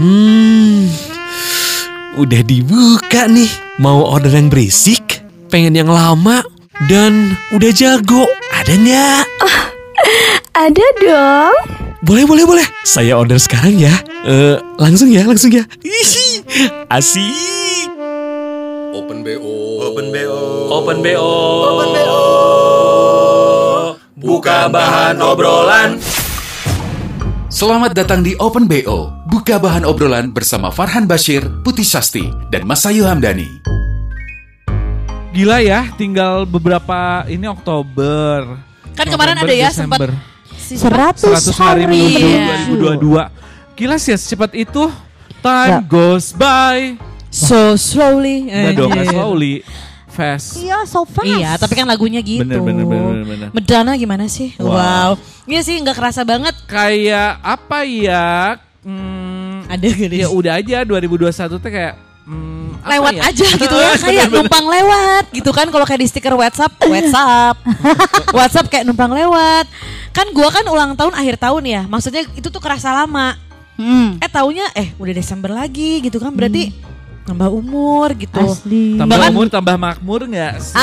Udah dibuka nih. Mau order yang berisik, pengen yang lama, dan udah jago. Ada nggak? Ada dong. Boleh. Saya order sekarang ya. Langsung ya. Ih, asik. Open BO. Buka bahan obrolan. Selamat datang di Open BO, buka bahan obrolan bersama Farhan Bashir, Putih Sasti, dan Mas Ayu Hamdani. Gila ya, tinggal beberapa ini Oktober. Kan kemarin ada ya sempat 100 hari menuju Iya. 2022. Gila sih, secepat itu. Time goes by. so slowly. Enggak dong, gak slowly. Fast. Iya, so fast. Iya, tapi kan lagunya gitu. Bener. Madonna gimana sih? Wow. Iya sih, nggak kerasa banget. Kayak apa ya? Ada gitu. Ya udah aja 2021 tuh kayak Lewat apa ya? aja gitu ya, kayak numpang lewat gitu kan. Kalau kayak di stiker WhatsApp kayak numpang lewat. Kan gua kan ulang tahun akhir tahun ya. Maksudnya itu tuh kerasa lama. Taunya udah Desember lagi gitu kan. Berarti nambah umur gitu. Asli. Tambah umur, tambah makmur gak sih?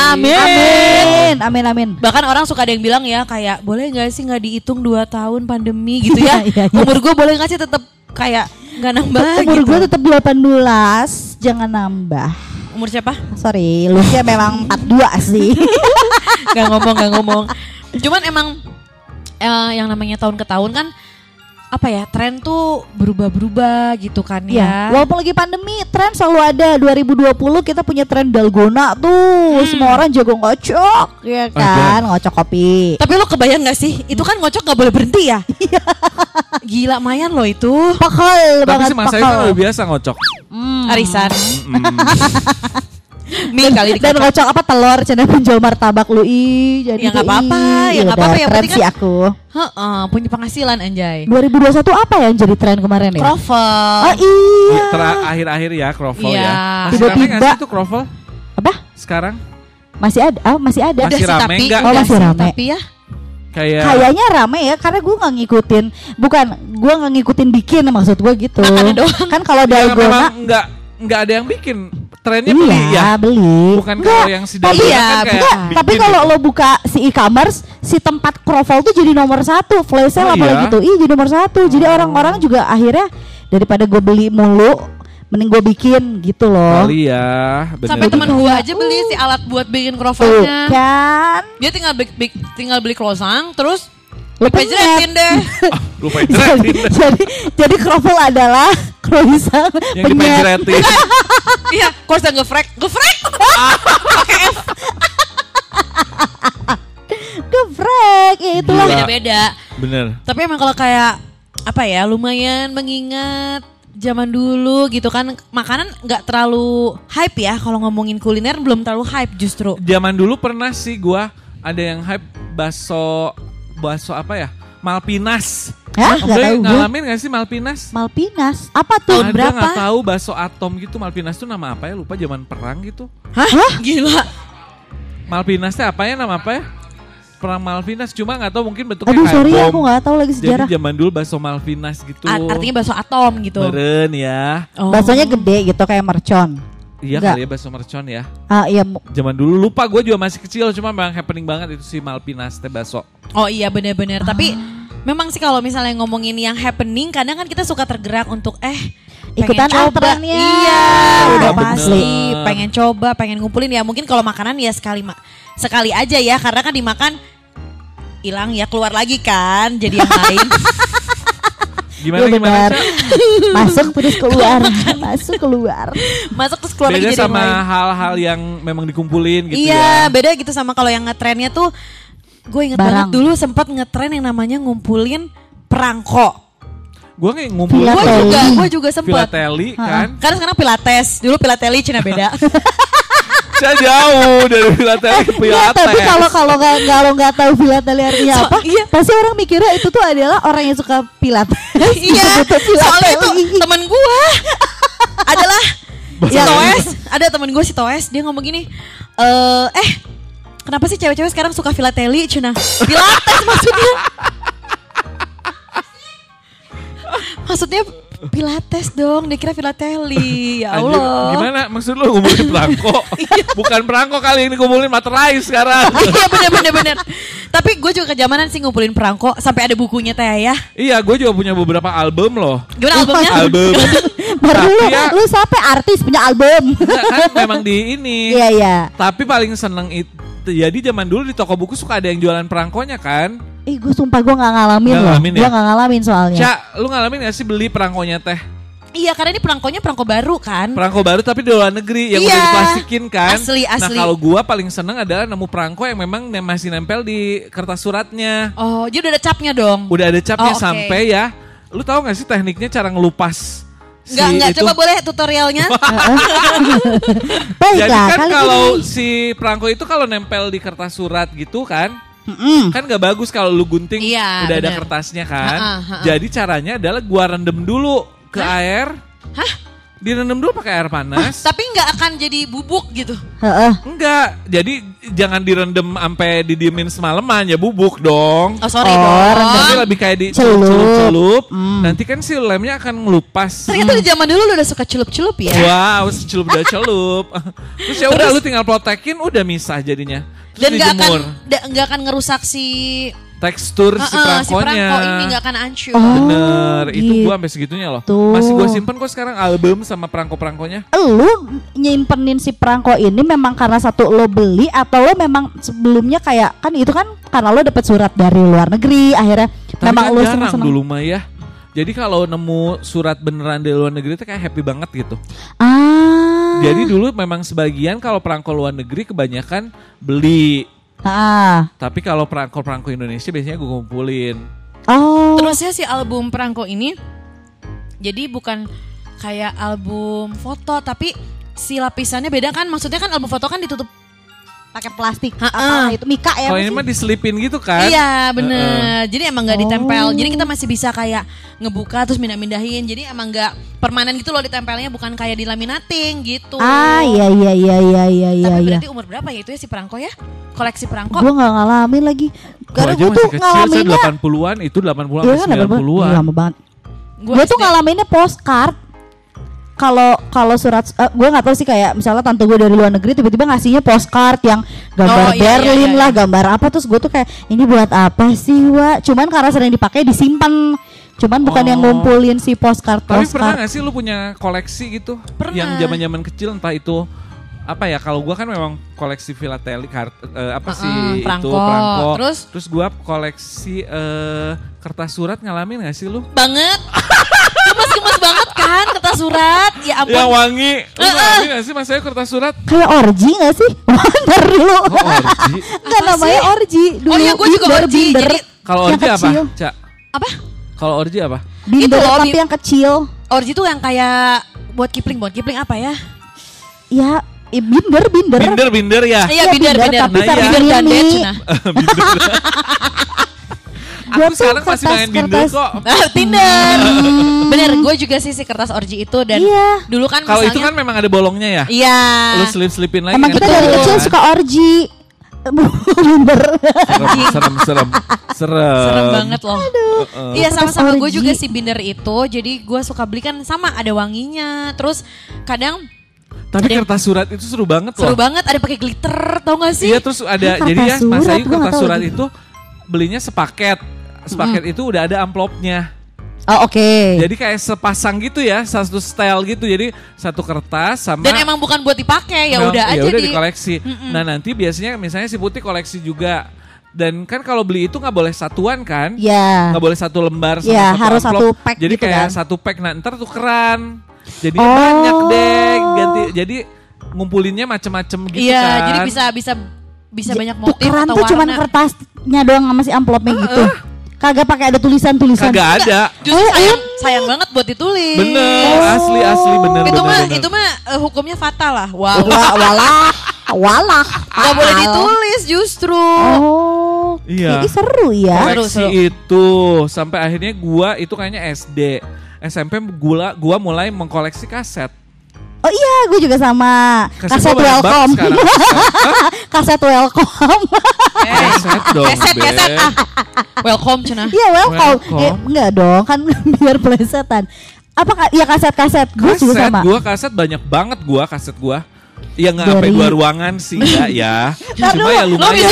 Amin. Bahkan orang suka ada yang bilang ya kayak boleh gak sih gak dihitung 2 tahun pandemi gitu ya. Iya. Umur gue boleh gak sih tetap kayak gak nambah Umur gitu. gue tetap 18, jangan nambah. Umur siapa? Sorry, Lucia memang 42 sih. Gak ngomong. Cuman emang yang namanya tahun ke tahun kan apa ya, tren tuh berubah-berubah gitu kan ya. Walaupun lagi pandemi, tren selalu ada. 2020 kita punya tren dalgona tuh. Semua orang jago ngocok, ya kan? Ngocok kopi. Tapi lo kebayang gak sih, itu kan ngocok gak boleh berhenti ya? Gila, mayan lo itu. Pakal Tapi banget, sih Mas Ayu kan udah biasa ngocok. Arisan. Mie kali Dan dikocok. ngocok apa telur, cina penjual martabak lu jadi Ya nggak apa-apa, ya nggak udah apa-apa, yang tren penting sih kan- aku. Punya penghasilan anjay. 2021 apa yang jadi tren kemarin ya? Kroffel. Oh iya. Akhir-akhir ya kroffel Iya. ya. Masih Tiba-tiba- rame gak sih itu kroffel Apa? sekarang? Masih ada? Masih ada. Masih Udah sih, rame tapi nggak? Oh, udah masih sih, rame. Tapi ya Kayak Kayaknya rame ya, karena gue nggak ngikutin. Bukan, gue nggak ngikutin bikin, maksud gue gitu. Makannya doang. Kan kalau ya, dalgona, memang nggak ada yang bikin. Trennya beli iya ya. beli. Bukan Nggak, kalau yang si tapi dalgona ya, kan kayak Enggak, bikin tapi kalau gitu. lo buka si e-commerce, si tempat kroffel tuh jadi nomor 1. Flash sale Oh, apalagi iya? tuh, jadi nomor 1. Jadi orang-orang juga akhirnya daripada gue beli mulu, mending gue bikin gitu loh. Kali ya, bener. sampai teman gua aja beli si alat buat bikin kroffelnya. Kan? Dia tinggal beli croissant terus Lo pejretin deh. Lupa jretin. jadi kroffel adalah croissant Yang dipenjretin. Iya, croissant geprek. Pakai F. geprek, ya itulah. Gila. Beda-beda. Bener. Tapi emang kalau kayak apa ya, lumayan mengingat zaman dulu gitu kan. Makanan nggak terlalu hype ya. Kalau ngomongin kuliner belum terlalu hype justru. Zaman dulu pernah sih gua ada yang hype bakso apa ya? Malpinas. Hah? Nggak tahu gue. Ngalamin gak sih Malpinas? Malpinas, apa tuh? Tahun Ada berapa? nggak tahu bakso atom gitu. Malpinas tuh nama apa ya? Lupa, zaman perang gitu. Hah? Gila. Malpinas teh apa ya, nama apa ya? Perang Malvinas, cuma nggak tahu mungkin bentuknya Aduh kayak sorry bom. aku nggak tahu lagi sejarah. Jadi zaman dulu bakso Malvinas gitu. Artinya bakso atom gitu. Meren ya. Oh. Baksonya gede gitu kayak mercon. Iya Nggak. kali ya bakso mercon ya. Iya, Zaman dulu lupa, gue juga masih kecil, cuma memang happening banget itu si Malpinas teh bakso. Oh iya benar-benar. Tapi memang sih kalau misalnya ngomongin yang happening, kadang kan kita suka tergerak untuk Ikutan pengen coba. trennya. Iya, udah bener. pasti. Pengen coba, pengen ngumpulin ya. Mungkin kalau makanan ya sekali aja ya, karena kan dimakan hilang ya, keluar lagi kan jadi yang lain. Gimana Iya benar. Cak? Masuk terus keluar, masuk keluar. Masuk terus keluar lagi Beda jadi yang sama lain. hal-hal yang memang dikumpulin gitu Iya, ya. beda gitu sama kalau yang ngetrennya tuh. Gue inget Barang. banget dulu sempat ngetren yang namanya ngumpulin perangko. Gue kayak ngumpulin Filateli. Gue juga sempat. filateli kan. Karena sekarang pilates, dulu pilateli Cina beda. Saya jauh dari filateli ke Nggak, pilates. tapi kalau nggak tahu filateli artinya So, apa, iya. pasti orang mikirnya itu tuh adalah orang yang suka pilates. Iya, Butuh soalnya itu filateli. temen gue adalah si Ya. Toes. Ada temen gue si Toes, dia ngomong gini, kenapa sih cewek-cewek sekarang suka filateli Cina? Pilates maksudnya. Maksudnya Pilates dong, dia kira filateli. Ya Anjir, Allah. gimana? Maksud lu ngumpulin perangko? Bukan perangko kali ini, ngumpulin materai sekarang. Iya bener. Tapi gue juga kejamanan sih ngumpulin perangko. Sampai ada bukunya teh ya. Iya, gue juga punya beberapa album loh. Gimana albumnya? Album. Baru Tapi lu, ya- lu sampai artis punya album. Enggak kan memang di ini. Iya. Tapi paling seneng itu. Jadi zaman dulu di toko buku suka ada yang jualan perangkonya kan. Gue sumpah gue gak ngalamin Nggak loh. ngalamin ya? Gue gak ngalamin soalnya. Cak, lu ngalamin gak sih beli perangkonya teh? Iya karena ini perangkonya perangko baru kan. Perangko baru tapi di luar negeri yang Iya. udah diplastikin kan. Asli. Nah kalau gua paling seneng adalah nemu perangko yang memang masih nempel di kertas suratnya. Oh jadi udah ada capnya dong. Udah ada capnya Oh, oke. sampai ya. Lu tahu gak sih tekniknya cara ngelupas? Enggak, itu? coba boleh tutorialnya? Baiklah, Jadi kan kali kalau ini. si perangko itu kalau nempel di kertas surat gitu kan. Mm-mm. Kan gak bagus kalau lu gunting Iya, udah ada bener. kertasnya kan. Ha-ha. Jadi caranya adalah gua rendem dulu ke air. Hah? Direndam dulu pakai air panas. Tapi nggak akan jadi bubuk gitu. Heeh. Enggak, jadi jangan direndam sampai didiemin semalaman ya bubuk dong. Oh sorry Oh, dong. Tapi lebih kayak Celup. dicelup-celup. Nanti kan si lemnya akan ngelupas. Ternyata di zaman dulu lu udah suka celup-celup ya. Wow, celup udah celup. Terus ya udah lu tinggal plotekin udah misah jadinya. Terus Dan dijemur. nggak akan ngerusak si Tekstur si si perangkonya. perangko ini nggak akan hancur. Bener, itu gitu. gua sampai segitunya loh. Tuh. Masih gua simpen kok sekarang album sama perangko-perangkonya. Lu nyimpenin si perangko ini memang karena satu lo beli atau lo memang sebelumnya kayak kan itu kan karena lo dapet surat dari luar negeri akhirnya Tapi memang kan lo jarang seneng-seneng. dulu mah ya. Jadi kalau nemu surat beneran dari luar negeri itu kayak happy banget gitu. Ah. Jadi dulu memang sebagian kalau perangko luar negeri kebanyakan beli. Tapi kalau perangko Indonesia biasanya gue kumpulin. Oh. Terusnya si album perangko ini jadi bukan kayak album foto tapi si lapisannya beda kan. Maksudnya kan album foto kan ditutup pakai plastik. Ha-ha. Itu Mika ya. Kalau apa ini sih? mah diselipin gitu kan. Iya bener. Jadi emang gak ditempel. Oh. Jadi kita masih bisa kayak ngebuka terus mindahin. Jadi emang gak permanen gitu loh ditempelnya. Bukan kayak dilaminating gitu. Iya. Tapi berarti umur berapa ya itu ya si perangko ya? Koleksi perangko. Gue gak ngalamin lagi. Gue Karena aja gue tuh masih kecil, saya ngalaminnya 80-an, itu 80-an Iya sampai kan 90-an. lama banget. Gua Gue tuh SD. ngalaminnya postcard. Kalau surat gue nggak tahu sih kayak misalnya tante gue dari luar negeri tiba-tiba ngasihnya postcard yang gambar Oh, iya, Berlin iya. lah, gambar apa, terus gue tuh kayak ini buat apa sih, Wak? Cuman karena sering dipakai disimpan. Cuman bukan yang ngumpulin si postcard. Tapi pernah gak sih lu punya koleksi gitu? Pernah. Yang zaman-zaman kecil entah itu apa ya, kalau gua kan memang koleksi filateli perangko. perangko. Terus Gua koleksi kertas surat, ngalamin gak sih lu? banget. Gemes-gemes banget kan kertas surat. Ya ampun. Yang wangi. Lu ngalamin gak sih masanya kertas surat? Kayak orgi gak sih? Bener dulu. Oh, orgi. Enggak Apa namanya sih? orgi. Dulu Oh iya, gua juga binder, orgi. binder. Jadi- Kalau Yang orgi apa? kecil. Cak. Apa? Kalau orgi apa? Binder Itu loh, tapi yang kecil. Orgi tuh yang kayak buat kipling apa ya? Ya, binder. Binder ya. Iya Iya, binder. binder, tapi Nah, iya. Binder dan Mini. Ded, Cina. Gua Aku tuh sekarang masih main binder kertas- kok. Binder. Bener, gue juga sih si kertas orgi itu dan Iya. dulu kan Kalau itu misalnya kan memang ada bolongnya ya? iya. Lu selip-selipin lagi Emang kan? kita dari Betul. kecil suka orgi. Binder. Serem. Serem banget loh. Iya Kertas sama-sama gue orgi. juga si binder itu. Jadi gue suka beli kan sama ada wanginya. Terus kadang Tapi kertas surat itu seru banget loh. seru banget ada pakai glitter tau gak sih? Iya, terus ada Kertas jadi ya Mas surat, Ayu gua nggak kertas tahu surat lagi. itu belinya sepaket. Sepaket itu udah ada amplopnya. Oh, oke. Jadi kayak sepasang gitu ya, satu style gitu. Jadi satu kertas sama Dan emang bukan buat dipakai ya udah aja udah di dikoleksi. Nah, nanti biasanya misalnya si Putih koleksi juga. Dan kan kalau beli itu nggak boleh satuan kan? Ya. Nggak boleh satu lembar sama Iya, satu harus amplop. satu pack Jadi gitu kayak kan? satu pack, nah ntar tukeran. Jadi Oh. banyak deh ganti. Jadi ngumpulinnya macem-macem gitu Iya, kan. jadi bisa banyak motif Tukeran atau tuh warna. cuman kertasnya doang sama si amplopnya gitu. Kagak pakai ada tulisan-tulisan. Kagak ada. Justru sayang banget buat ditulis. Bener, asli bener. Itu mah hukumnya fatal lah. Wow. Walah. Gak boleh ditulis justru. Oh. Iya. Ini seru ya. Koleksi itu sampai akhirnya gua itu kayaknya SD, SMP gua mulai mengkoleksi kaset. Oh iya, gue juga sama. Kaset gua banyak banget welcome. sekarang. Kaset welcome. Kaset dong. Keset. Beb. Welcome Cina. Iya welcome. Welcome. Enggak dong, kan biar plesetan. Apa ya kaset-kaset? Gue juga sama. Kaset banyak banget kaset gue. Ya nggak sampai 2 ruangan sih ya. Cuma ya lumayan.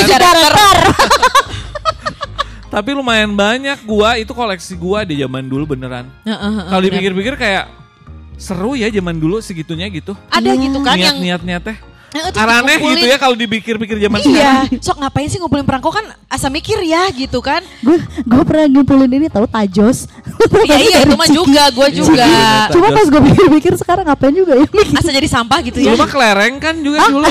Tapi lumayan banyak itu koleksi di zaman dulu beneran. Kalau dipikir-pikir kayak seru ya zaman dulu segitunya gitu. Ada gitu kan yang niat-niat teh. Aneh gitu ya kalau dipikir-pikir zaman sekarang. Sok ngapain sih ngumpulin perangko kan asa mikir ya gitu kan. Gue pernah ngumpulin ini tahu tajos. Iya itu mah juga, gue juga. Cuma pas gue pikir-pikir sekarang ngapain juga ya. Asa jadi sampah gitu ya. Cuma kelereng kan juga dulu.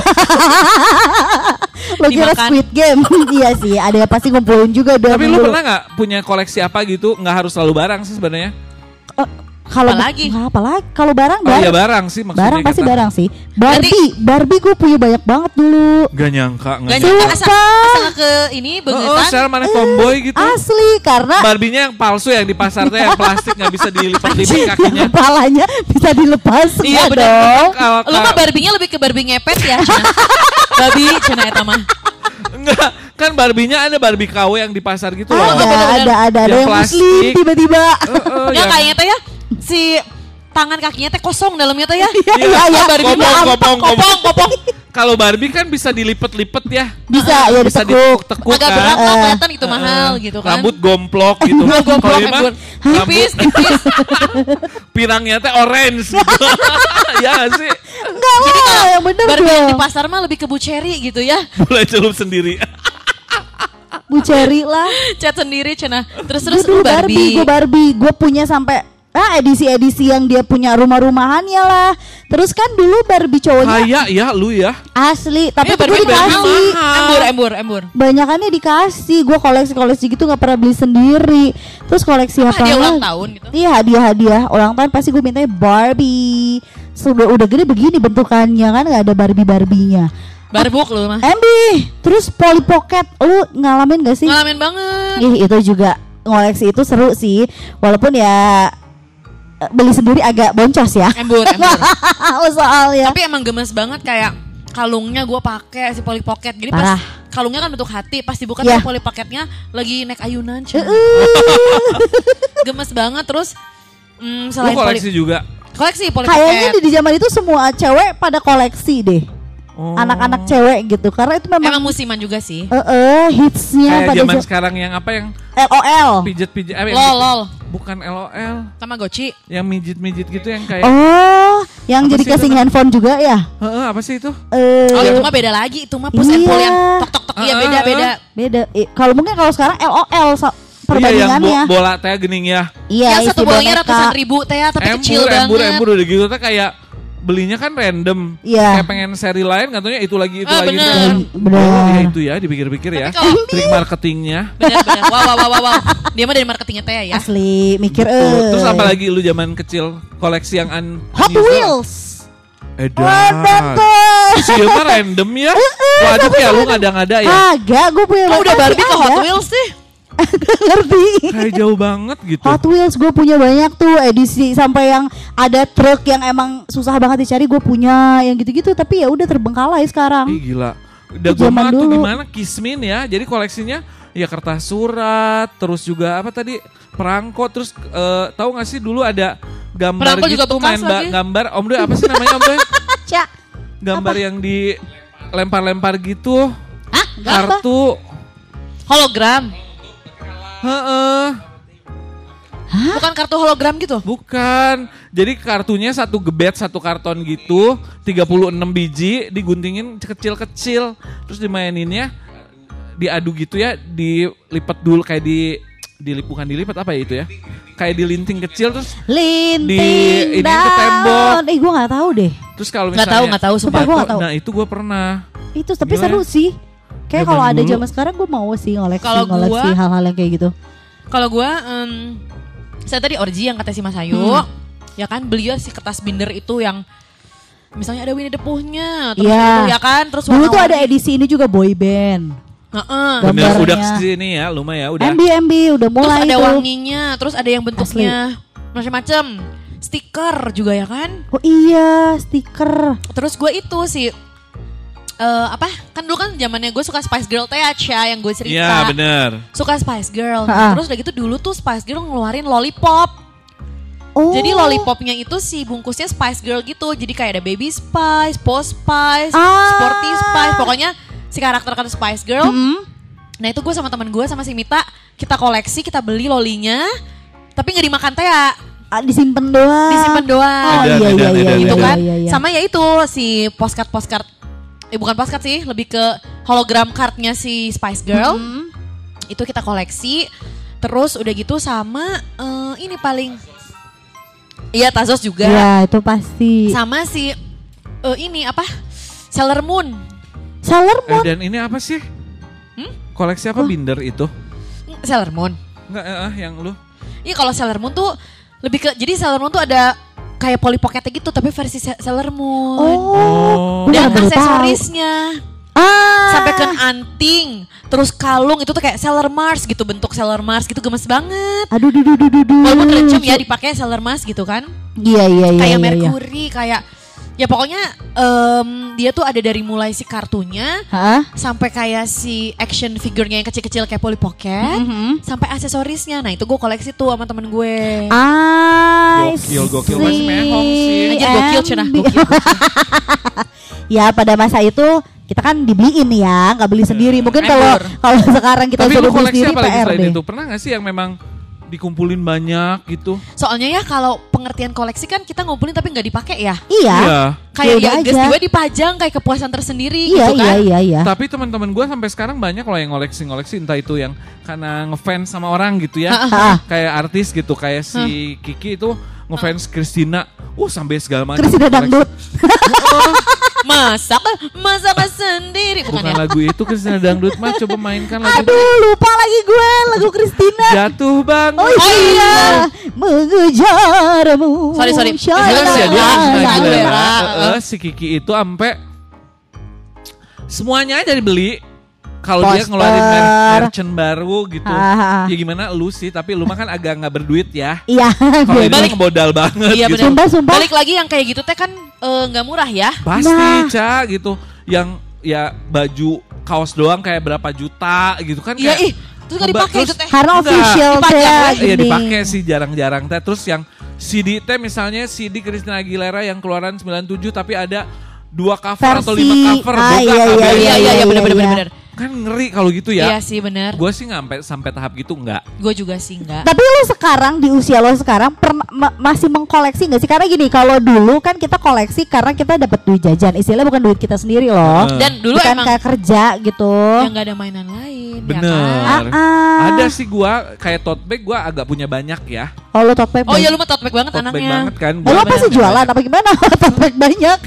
Lo kira Squid Game. Iya sih, ada yang pasti ngumpulin juga. Tapi lu pernah gak punya koleksi apa gitu, gak harus selalu barang sih sebenarnya? Kalau apalagi kalau barang ya barang sih maksudnya. Barang pasti barang sih. Barbie gue punya banyak banget dulu. Gak nyangka asa ke ini begitan. Secara mana tomboy gitu. Asli karena Barbinya yang palsu yang di pasar tuh yang plastik gak bisa dilipat-lipat kakinya. Kepalanya bisa dilepas. Iya dong. Lu mah Barbinya lebih ke Barbie ngepet ya. Barbie cenah eta mah. Enggak, kan Barbinya ada Barbie KW yang di pasar gitu loh. Ada yang muslim tiba-tiba. Ya kayaknya teh ya si tangan kakinya teh kosong dalamnya teh ya. Iya. Kopong. Kalau Barbie kan bisa dilipet-lipet ya. Bisa ya ditekuk-tekuk agak kan. berat lah kelihatan itu mahal gitu kan. Rambut gomplok gitu. Gomplok tipis. Pirangnya teh orange gitu. Ya gak sih? Enggak lah, yang bener Barbie yang di pasar mah lebih ke Bu Cherry gitu ya. Mulai celup sendiri. Bu Cherry lah. Cat sendiri cenah. Terus Gue Barbie. Gue punya sampai edisi-edisi yang dia punya rumah-rumahannya lah. Terus kan dulu Barbie cowoknya kayak ya lu ya. Asli, tapi gue dikasih embur. Banyakannya dikasih. Gue koleksi gitu gak pernah beli sendiri. Terus koleksi apa? Hadiah ulang tahun gitu. Iya hadiah ulang tahun pasti gue mintanya Barbie. Udah gede begini bentukannya kan, gak ada Barbie-Barbinya. Barbuk lu mah. Terus Polly Pocket, lu ngalamin gak sih? Ngalamin banget. Itu juga ngoleksi itu seru sih. Walaupun ya beli sendiri agak boncos ya. Embur. Soalnya. Tapi emang gemes banget kayak kalungnya gue pakai si Polly Pocket. Jadi parah. pas kalungnya kan bentuk hati, pas dibuka Yeah. Polly Pocketnya lagi naik ayunan. Gemes banget. Terus selain lu koleksi juga. Koleksi Polly Kayaknya Pocket. di zaman itu semua cewek pada koleksi deh. Anak-anak cewek gitu. Karena itu memang musiman juga sih. hitsnya Kayak pada zaman sekarang yang apa yang LOL. pijet-pijet LOL. Bukan LOL. Tamagotchi. Yang mijit-mijit gitu yang kayak Yang apa jadi sih casing itu, handphone juga ya? apa sih itu? Itu mah beda lagi. Itu mah push and pull yang tok-tok-tok. Iya beda. Kalau mungkin kalau sekarang LOL perbandingannya. Iya, yang bola teh gening ya. Iya, yang satu bolanya ratusan ribu teh tapi kecil banget. Embur udah gitu teh kayak belinya kan random. Iya. Kayak pengen seri lain katanya itu lagi bener. Bener. Ya itu ya dipikir-pikir ya. Trik marketingnya. Bener. Wow. Dia mah dari marketingnya teh ya. Asli mikir Terus apa lagi lu zaman kecil koleksi yang Hot Wheels. Edan. Sih mah random ya. Waduh ya lu ngada-ngada ya. Agak, gue punya udah Barbie ke Hot Wheels sih. Ngerti. Kayak jauh banget gitu. Hot Wheels gue punya banyak tuh edisi sampai yang ada truk yang emang susah banget dicari gue punya yang gitu-gitu tapi ya udah terbengkalai sekarang. Ih gila. Udah gue mah tuh gimana Kismin ya. Jadi koleksinya ya kertas surat, terus juga apa tadi perangko, terus tahu nggak sih dulu ada gambar perangko gitu main gambar Om Doy apa sih namanya Om Doy? Gambar apa? Yang dilempar-lempar gitu. Kartu hologram. Hah? Bukan kartu hologram gitu? Bukan. Jadi kartunya satu gebet, satu karton gitu, 36 biji, diguntingin kecil-kecil, terus dimaininnya diadu gitu ya, dilipat dulu kayak bukan dilipat apa ya itu ya? Kayak dilinting kecil terus linting ini ke tembok. Gue nggak tahu deh. Terus kalau misalnya nggak tahu sumpah gue nggak tahu. Nah itu gue pernah. Itu tapi seru sih. Kayak kalau ada zaman sekarang gue mau sih ngoleksi hal-hal yang kayak gitu. Kalau gue saya tadi Orji yang kata si Mas Ayu, ya kan beliau si kertas binder itu yang misalnya ada Winnie the Pooh-nya, terus gitu, ya kan, terus dulu tuh ada edisi ini juga boy band. Udah kesini ya, lumayan ya udah. MB udah mulai. Terus ada wanginya, terus ada yang bentuknya macam-macam, stiker juga ya kan? Oh iya, stiker. Terus gue itu sih kan dulu kan zamannya gue suka Spice Girl teh ya yang gue cerita. Iya benar. Suka Spice Girl. Terus udah gitu dulu tuh Spice Girl ngeluarin Lollipop. Oh. Jadi lollipopnya itu si bungkusnya Spice Girl gitu. Jadi kayak ada Baby Spice, Post Spice, Sporty Spice. Pokoknya si karakter Spice Girl. Nah itu gue sama teman gue sama si Mita, kita koleksi, kita beli lolinya. Tapi gak dimakan teh ya. Disimpan doang. Disimpan doang. Iya. Gitu kan. Sama ya itu si postcard. Bukan postcard sih, lebih ke hologram cardnya si Spice Girl. Itu kita koleksi. Terus udah gitu sama ini paling. Iya Tazos juga. Iya itu pasti. Sama si ini apa? Sailor Moon. Sailor Moon. Dan ini apa sih? Koleksi apa binder itu? Sailor Moon. Enggak, yang lu. Iya kalau Sailor Moon tuh lebih ke, jadi Sailor Moon tuh ada kayak Polly Pocketnya gitu tapi versi Sailor Moon. Oh. Dan baru tahu. aksesorisnya. Sampai ke anting, terus kalung itu tuh kayak Sailor Mars gitu, bentuk Sailor Mars gitu, gemes banget. Aduh. Walaupun legend ya dipakai Sailor Mars gitu kan. Iya. Kayak Mercury, kayak ya pokoknya dia tuh ada dari mulai si kartunya sampai kayak si action figurnya yang kecil-kecil kayak Polly Pocket sampai aksesorisnya. Nah itu gue koleksi tuh sama temen gue. Gokil masih mehong sih. Anjir gokil cenah, gokil. Ya pada masa itu kita kan dibeliin ya, nggak beli sendiri. Mungkin kalau sekarang kita Tapi suruh lu beli koleksi sendiri apa lagi PR selain deh. itu? Pernah gak sih yang memang dikumpulin banyak gitu? Soalnya ya kalau pengertian koleksi kan kita ngumpulin tapi nggak dipakai ya. Iya. Kayak Ya ya udah gas aja. juga dipajang kayak kepuasan tersendiri Iya, gitu kan. Iya. Tapi teman-teman gue sampai sekarang banyak loh yang ngoleksi entah itu yang karena ngefans sama orang gitu ya. Kayak artis gitu, kayak si Kiki itu ngefans Christina. Sampai segala macam. Christina dangdut. Masak sendiri bukan Bukan ya? lagu itu Christina dangdut mah, coba mainkan lagu. Aduh lupa lagi gue lagu Christina. Jatuh banget. Oh iya. Mengejarmu. Sorry. Jelas ya dia Christina Aguilera. Aguilera. Si Kiki itu sampai semuanya aja dibeli. Kalau dia ngeluarin merchant baru gitu. Ya gimana lu sih, tapi lu mah kan agak gak berduit ya. Iya. Kalau ini mah modal banget Iya gitu. benar. Sumpah. Balik lagi yang kayak gitu teh kan nggak murah ya. Pasti Ca gitu. Yang ya baju kaos doang kayak berapa juta gitu kan. Iya kayak terus nggak dipakai itu teh. Karena Enggak. official Dipajang, teh ya? Iya gini. dipakai sih jarang-jarang teh. Terus yang CD teh misalnya CD Christina Aguilera yang keluaran 97 tapi ada 2 cover atau 5 cover. Iya benar. Kan ngeri kalau gitu ya. Iya sih benar. Gue sih nggak sampai tahap gitu enggak. Gue juga sih enggak. Tapi lu sekarang di usia lo sekarang masih mengkoleksi nggak sih? Karena gini, kalau dulu kan kita koleksi karena kita dapat duit jajan. Istilahnya bukan duit kita sendiri loh. Dan dulu bukan emang kayak kerja gitu. yang nggak ada mainan lain. Bener. Ya kan? Ada sih gue kayak tote bag gue agak punya banyak ya. Oh lu tote bag. Oh iya lu mah tote bag banget Tote bag anaknya. banget kan. Lu apa sih jualan apa gimana? Tote bag banyak.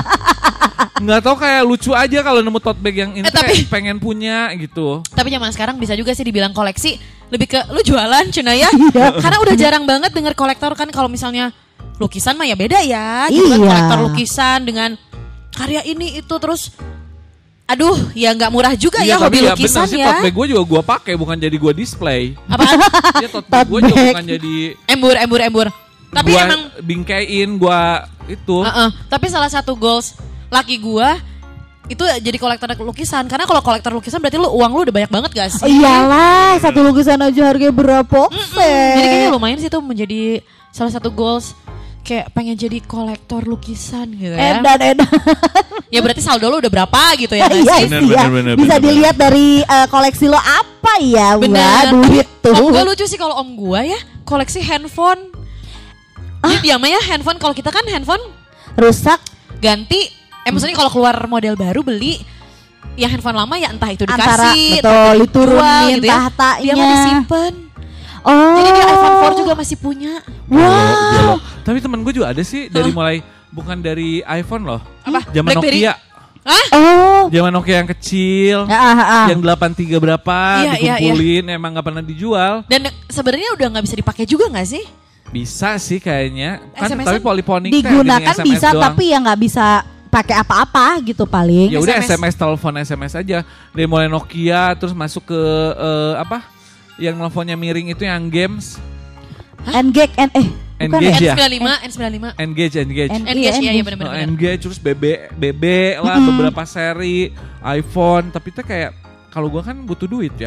Nggak tahu kayak lucu aja kalau nemu tote bag yang ini tapi- kayak pengen punya gitu. Tapi zaman sekarang bisa juga sih dibilang koleksi. Lebih ke lu jualan Cuna ya. Karena udah jarang banget denger kolektor kan. Kalau misalnya lukisan mah ya beda ya gitu kan. Iya. Kolektor lukisan dengan karya ini itu terus aduh ya nggak murah juga ya hobi tapi lukisan bener sih, ya. tote bag gue juga gue pakai bukan jadi gue display. Apaan? Ya tote bag gue juga Tote bag. bukan jadi Embur. Tapi gua emang bingkein gue itu. tapi salah satu goals laki gua itu jadi kolektor lukisan. Karena kalau kolektor lukisan berarti uang lu udah banyak banget gak sih? Oh, iyalah, satu lukisan aja harganya berapa? Jadi kayaknya lumayan sih tuh menjadi salah satu goals. Kayak pengen jadi kolektor lukisan gitu ya. Edan. Ya berarti saldo lu udah berapa gitu ya nggak Iya sih? sih ya. Bener, Bisa bener. dilihat dari koleksi lo apa ya? Wah, Bener. duit tuh. Om gue lucu sih kalau om gue ya koleksi handphone. Dia mah ya handphone, kalau kita kan handphone Rusak. ganti. Maksudnya kalau keluar model baru beli yang handphone lama ya entah itu dikasih, Antara, entah betul, itu diturunin dijual gitu ya. tahtanya. Dia mah disimpan. Oh. Jadi dia iPhone 4 juga masih punya. Wow. Tapi temen gue juga ada sih dari mulai bukan dari iPhone loh. Apa? Zaman BlackBerry? Nokia. Hah? Oh. Zaman Nokia yang kecil. Yang 83 berapa Iya, dikumpulin emang gak pernah dijual. Dan sebenarnya udah nggak bisa dipakai juga nggak sih? Bisa sih kayaknya. Kan SMS-an tapi poliponik Digunakan SMS bisa doang. tapi ya nggak bisa pakai apa-apa gitu paling. Ya udah SMS. SMS telepon SMS aja. Dari mulai Nokia terus masuk ke apa? Yang teleponnya miring itu yang games. Engage Engage ya. N95. Engage. Engage, iya benar-benar. Engage terus BB lah beberapa seri iPhone. Tapi itu kayak kalau gua kan butuh duit ya.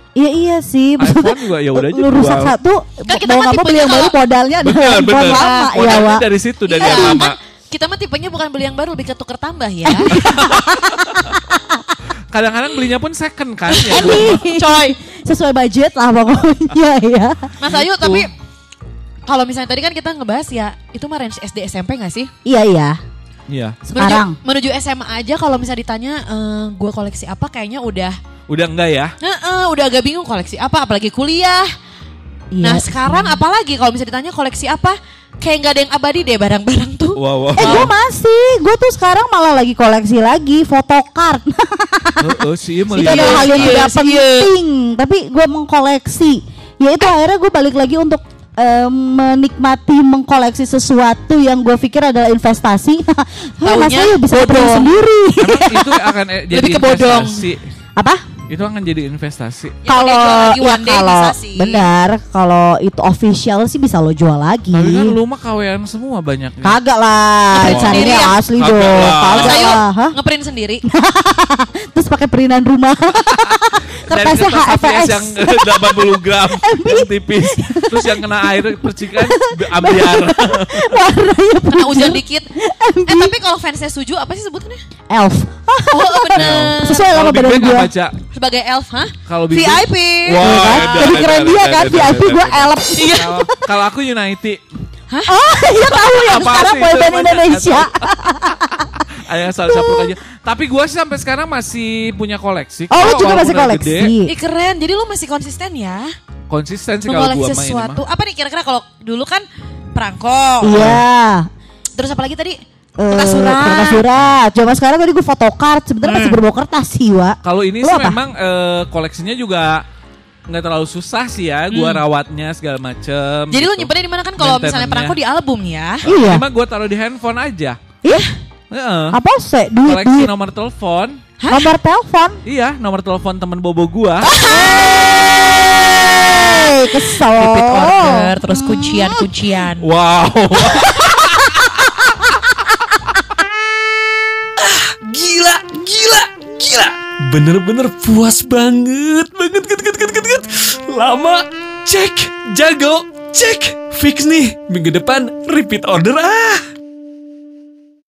Iya sih. iPhone juga ya udah aja Lu rusak jual. satu, Kan kita mau mah nggak mau beli yang baru tipenya modalnya ada Bener, handphone bener. lama ya Modalnya Wak. dari situ, dari Iya, yang lama. kan kita mah tipenya bukan beli yang baru, lebih ke tuker tambah ya. Kadang-kadang belinya pun second kan. Ya, Coy. Sesuai budget lah pokoknya ya. Mas Ayu, tapi kalau misalnya tadi kan kita ngebahas ya, itu mah range SD SMP gak sih? Iya. Iya. Sekarang. Menuju SMA aja kalau misalnya ditanya gue koleksi apa, kayaknya udah Enggak ya? udah agak bingung koleksi apa, apalagi kuliah. Iya. Nah sekarang apalagi kalau misalnya ditanya koleksi apa, kayak nggak ada yang abadi deh barang-barang tuh. Wow. gue tuh sekarang malah lagi koleksi lagi photocard. Sih Itu melihat. adalah hal yang Iya, tidak iya. penting, tapi gue mengkoleksi. Ya itu akhirnya gue balik lagi untuk menikmati mengkoleksi sesuatu yang gue pikir adalah investasi. Mas Taunya Ayu bisa beli bodoh. sendiri. Emang itu akan jadi Lebih ke bodong. investasi. Apa? Itu akan jadi investasi. Ya, kalau dia jual lagi ya one day kalau bisa sih. benar kalau itu official sih bisa lo jual lagi. Tapi kan lu mah kawean semua banyaknya. Kagak lah, Ngeprint carinya sendiri ya? asli Kagak dong. lah. Mas Kagak Ayu lah. Hah? ngeprint sendiri. Terus pakai perintan rumah. Dan Kertasnya kertas HVS HFS. yang 80 gram yang tipis. Terus yang kena air percikan ambiar. Warnanya Kena hujan dikit. Tapi kalau fansnya setuju apa sih sebutannya? elf. Oh bener. Sesuai Kalau sama Big badan Bang gue. nggak baca. Sebagai elf, hah? Kalau Big Bang- VIP. Wah, Kan? edan, Lebih keren edan, dia edan, kan, edan, VIP edan, gue edan. elf. Kalau aku United. Oh iya tahu yang Apa sekarang sih boyband itu? Indonesia. Ayah salah satu aja. Tapi gue sih sampai sekarang masih punya koleksi. Oh lu Kok juga walaupun masih udah koleksi. gede, Ih keren, jadi lu masih konsisten ya konsisten sih kalau mengoleksi gue main sesuatu. mah. Apa nih kira-kira kalau dulu kan perangko. Iya. Terus apa lagi tadi? Kertas surat. Kertas surat. Cuma sekarang tadi gue photocard. Sebenarnya masih berbau kertas sih, Wak. Kalau ini Lu sih apa? memang koleksinya juga nggak terlalu susah sih ya. Gue rawatnya segala macem. Jadi lu gitu. nyimpennya di mana kan kalau misalnya Maintenance-nya. perangko di album ya? Iya. Emang gue taruh di handphone aja. Iya. Heeh. Apa sih? Duit. Koleksi nomor telepon. Nomor telepon. Iya, nomor telepon temen bobo gua. Hey, kesel. Repeat order, terus kuncian-kuncian. Wow. Gila. Bener-bener puas banget. Lama, cek. Jago, cek. Fix nih, minggu depan repeat order